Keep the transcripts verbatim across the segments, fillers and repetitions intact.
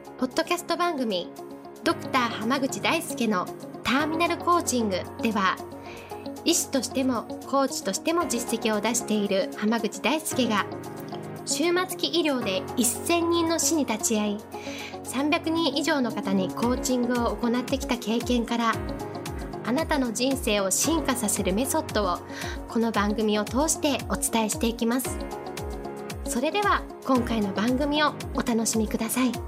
ポッドキャスト番組ドクター濱口大輔のターミナルコーチングでは、医師としてもコーチとしても実績を出している濱口大輔が終末期医療でせんにんの死に立ち会い、さんびゃくにん以上の方にコーチングを行ってきた経験から、あなたの人生を進化させるメソッドをこの番組を通してお伝えしていきます。それでは今回の番組をお楽しみください。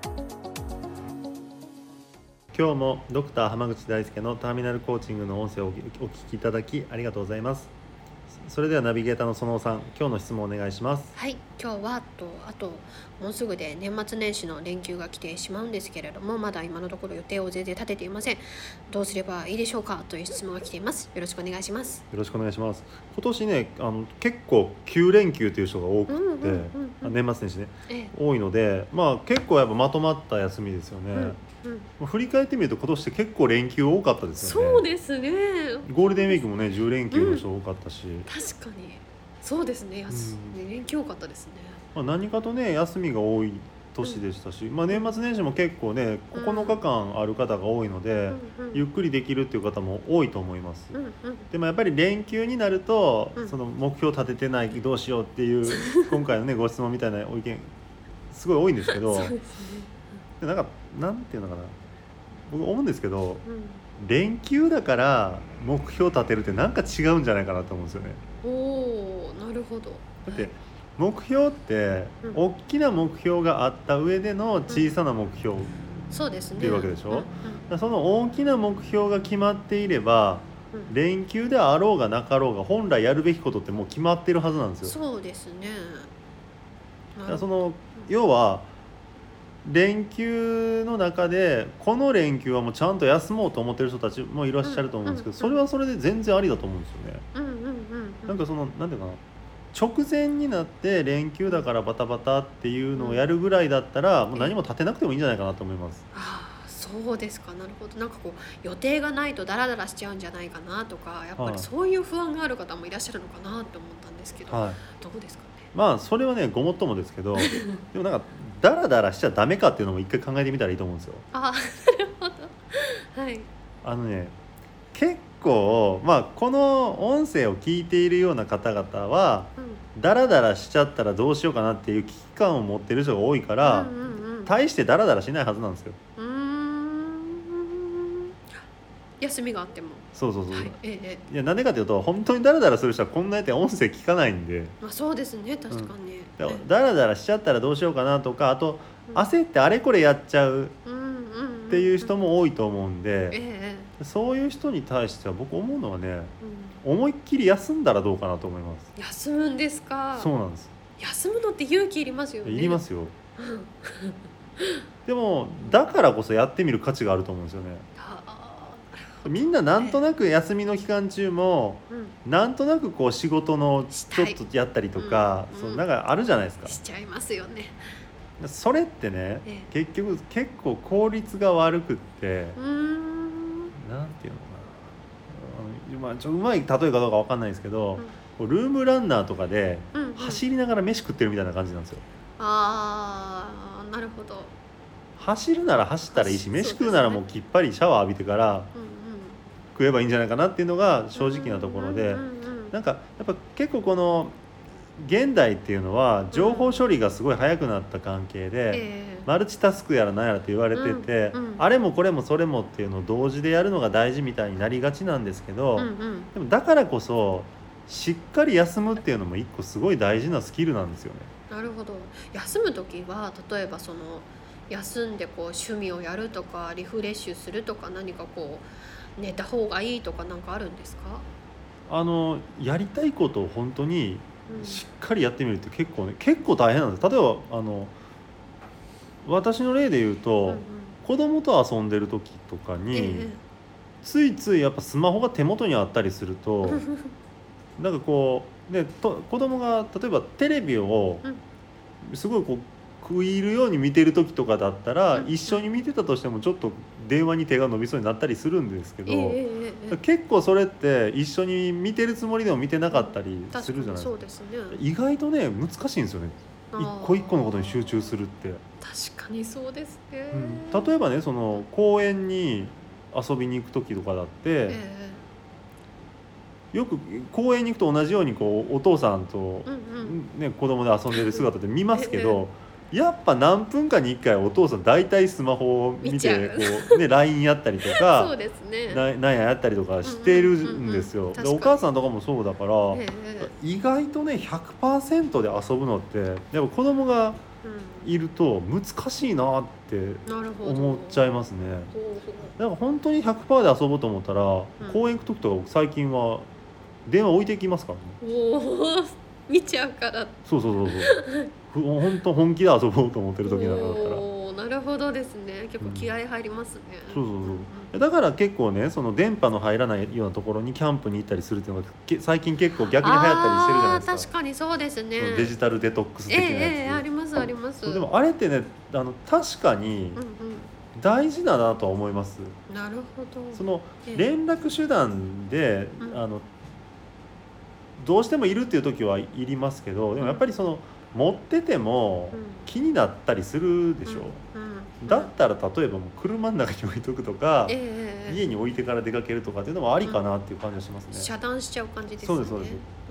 今日もドクター濱口大輔のターミナルコーチングの音声をお聞きいただきありがとうございます。それではナビゲーターの園尾さん、今日の質問お願いします。 はい、今日はとあともうすぐで年末年始の連休が来てしまうんですけれども、まだ今のところ予定を全然立てていません。どうすればいいでしょうかという質問が来ています。よろしくお願いします。 よろしくお願いします。今年ね、あの結構きゅうれんきゅうという人が多くて、 うんうんうんうん、 年末年始ね、 ええ、 多いので、まあ結構やっぱまとまった休みですよね。 うんうん、 振り返ってみると今年って結構連休多かったですよね。 そうですね。 ゴールデンウィークもねじゅうれんきゅうの人多かったし、うん、 確かにそうですね。安、うん、連休多かったですね。 まあ、何かとね休みが多い年でしたし、うん、まあ、年末年始も結構ねここのかかんある方が多いので、うんうん、ゆっくりできるっていう方も多いと思います、うんうん、でもやっぱり連休になると、うん、その目標立ててないどうしようっていう今回のねご質問みたいなご意見すごい多いんですけどそうですね、でなんかなんていうのかな、僕思うんですけど、うん、連休だから目標立てるってなんか違うんじゃないかなと思うんですよね。 おー、なるほど。 だって目標って大きな目標があった上での小さな目標っていうわけでしょ、うんうんうん、その大きな目標が決まっていれば、うん、連休であろうがなかろうが本来やるべきことってもう決まってるはずなんですよ。 そうですね。 だからその要は連休の中でこの連休はもうちゃんと休もうと思ってる人たちもいらっしゃると思うんですけど、それはそれで全然ありだと思うんですよね、うんうんうんうん、なんかそのなんていうかな、直前になって連休だからバタバタっていうのをやるぐらいだったらもう何も立てなくてもいいんじゃないかなと思います。 ああ、そうですか。なるほど。なんかこう予定がないとダラダラしちゃうんじゃないかなとか、やっぱりそういう不安がある方もいらっしゃるのかなと思ったんですけど、はい、どうですかね。 まあそれはねごもっともですけどでもなんかダラダラしちゃダメかっていうのも一回考えてみたらいいと思うんですよ。 ああ、なるほど。はい。 あのね、結構まあこの音声を聞いているような方々は、うん、ダラダラしちゃったらどうしようかなっていう危機感を持ってる人が多いから、うんうんうん、大してダラダラしないはずなんですよ。 うーん、休みがあっても。 そうそうそう、はい、 ええ、 いやなんでかというと本当にダラダラする人はこんなやって音声聞かないんで、 まあ、そうですね、確かに、 うん、ダラダラしちゃったらどうしようかなとか、あと、うん、焦ってあれこれやっちゃうっていう人も多いと思うんで、ええ、そういう人に対しては僕思うのはね、うん、思いっきり休んだらどうかなと思います。 休むんですか。 そうなんです。 休むのって勇気いりますよね。 いりますよでもだからこそやってみる価値があると思うんですよね。みんななんとなく休みの期間中も、うん、なんとなくこう仕事のちょっとやったりとか、うん、そうなんかあるじゃないですか。 しちゃいますよね。 それってね、ええ、結局結構効率が悪くって、うーん、なんていうのかな、まあ、ちょっとうまい例えかどうか分かんないですけど、うん、ルームランナーとかで走りながら飯食ってるみたいな感じなんですよ。 あー、なるほど。 走るなら走ったらいいし、飯食うならもうきっぱりシャワー浴びてから、うん、食えばいいんじゃないかなっていうのが正直なところで、なんかやっぱ結構この現代っていうのは情報処理がすごい早くなった関係で、マルチタスクやら何やらって言われてて、あれもこれもそれもっていうのを同時でやるのが大事みたいになりがちなんですけど、でもだからこそしっかり休むっていうのも一個すごい大事なスキルなんですよね。 なるほど。休む時は例えばその休んでこう趣味をやるとかリフレッシュするとか、何かこう寝た方がいいとかなんかあるんですか？ あのやりたいことを本当にしっかりやってみるって結構ね、結構大変なんです。例えばあの私の例で言うと、うんうん、子供と遊んでる時とかに、ええ、ついついやっぱスマホが手元にあったりするとなんかこうね、と子供が例えばテレビをすごいこう食い入るように見てる時とかだったら、うん、一緒に見てたとしてもちょっと電話に手が伸びそうになったりするんですけど、えー、結構それって一緒に見てるつもりでも見てなかったりするじゃないですか。 そうですね。 意外とね難しいんですよね。 一個一個のことに集中するって、 確かにそうですね、 うん、例えばねその公園に遊びに行く時とかだって、えー、よく公園に行くと同じようにこうお父さんと、うんうんね、子供で遊んでる姿で見ますけどやっぱ何分かにいっかいお父さん大体スマホを見てこう、ね、ライン やったりとかそうですね、 ななんややったりとかしてるんですよ。でお母さんとかもそうだから、えー、意外とね ひゃくパーセント で遊ぶのってやっぱ子供がいると難しいなって思っちゃいますね。だから本当に ひゃくパーセント で遊ぼうと思ったら、うん、公園行く時とか最近は電話置いてきますからね。 おー見ちゃうから。 そうそうそうそう本当本気で遊ぼうと思ってる時なんかだったら。 おなるほどですね。結構気合い入りますね、 うん、そうそうそう。だから結構ねその電波の入らないようなところにキャンプに行ったりするっていうのが最近結構逆に流行ったりしてるじゃないですか。 あ確かにそうですね。 デジタルデトックス的なやつ、えーえー、ありますあります。 でもあれってねあの確かに大事だなとは思います、 うんうん、なるほど。 その連絡手段で、えー、あのどうしてもいるっていう時はいりますけどでもやっぱりその持ってても気になったりするでしょ、うんうんうん、だったら例えばもう車の中に置いとくとか、えー、家に置いてから出かけるとかっていうのもありかなっていう感じがしますね、うん、 遮断しちゃう感じですね。 そうですそうです。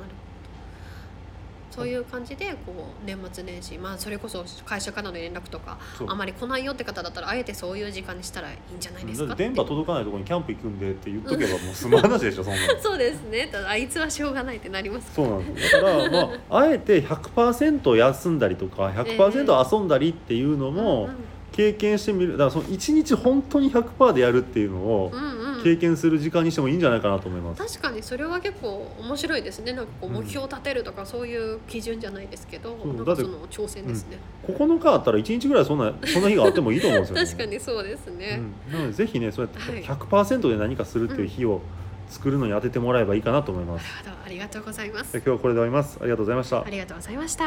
そういう感じでこう年末年始、まあ、それこそ会社からの連絡とかあまり来ないよって方だったらあえてそういう時間にしたらいいんじゃないですか。 電波届かないところにキャンプ行くんでって言っとけばもう済む話でしょそんなそうですね。ただあいつはしょうがないってなりますから、ね、そうなんですだから、まあ、あえて ひゃくパーセント 休んだりとか ひゃくパーセント 遊んだりっていうのも経験してみる。だからそのいちにち本当に ひゃくパーセント でやるっていうのを経験する時間にしてもいいんじゃないかなと思います、 うんうん、確かにそれは結構面白いですね。なんかこう目標を立てるとかそういう基準じゃないですけど、うん、なんかその挑戦ですね、 うん、ここのかあったらいちにちぐらいそんなそんな日があってもいいと思うんですよね確かにそうですね、 うん、なのでぜひねそうやって ひゃくパーセント で何かするっていう日を作るのに当ててもらえばいいかなと思います、 うん、なるほどありがとうございます。 今日はこれで終わります。ありがとうございました。 ありがとうございました。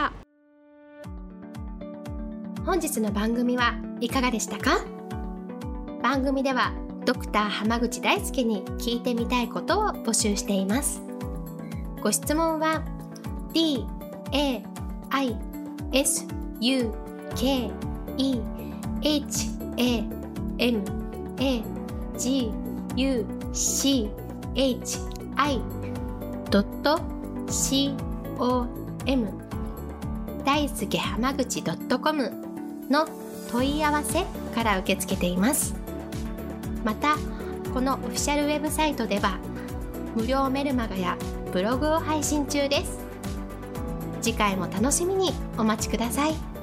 本日の番組はいかがでしたか？番組ではドクター濱口大輔に聞いてみたいことを募集しています。ご質問は ディー エー アイ エス ユー ケー イー エイチ エー エム エー ジー ユー シー エイチ アイ ドット シー オー エム 大輔濱口 .com の問い合わせから受け付けています。またこのオフィシャルウェブサイトでは無料メルマガやブログを配信中です。次回も楽しみにお待ちください。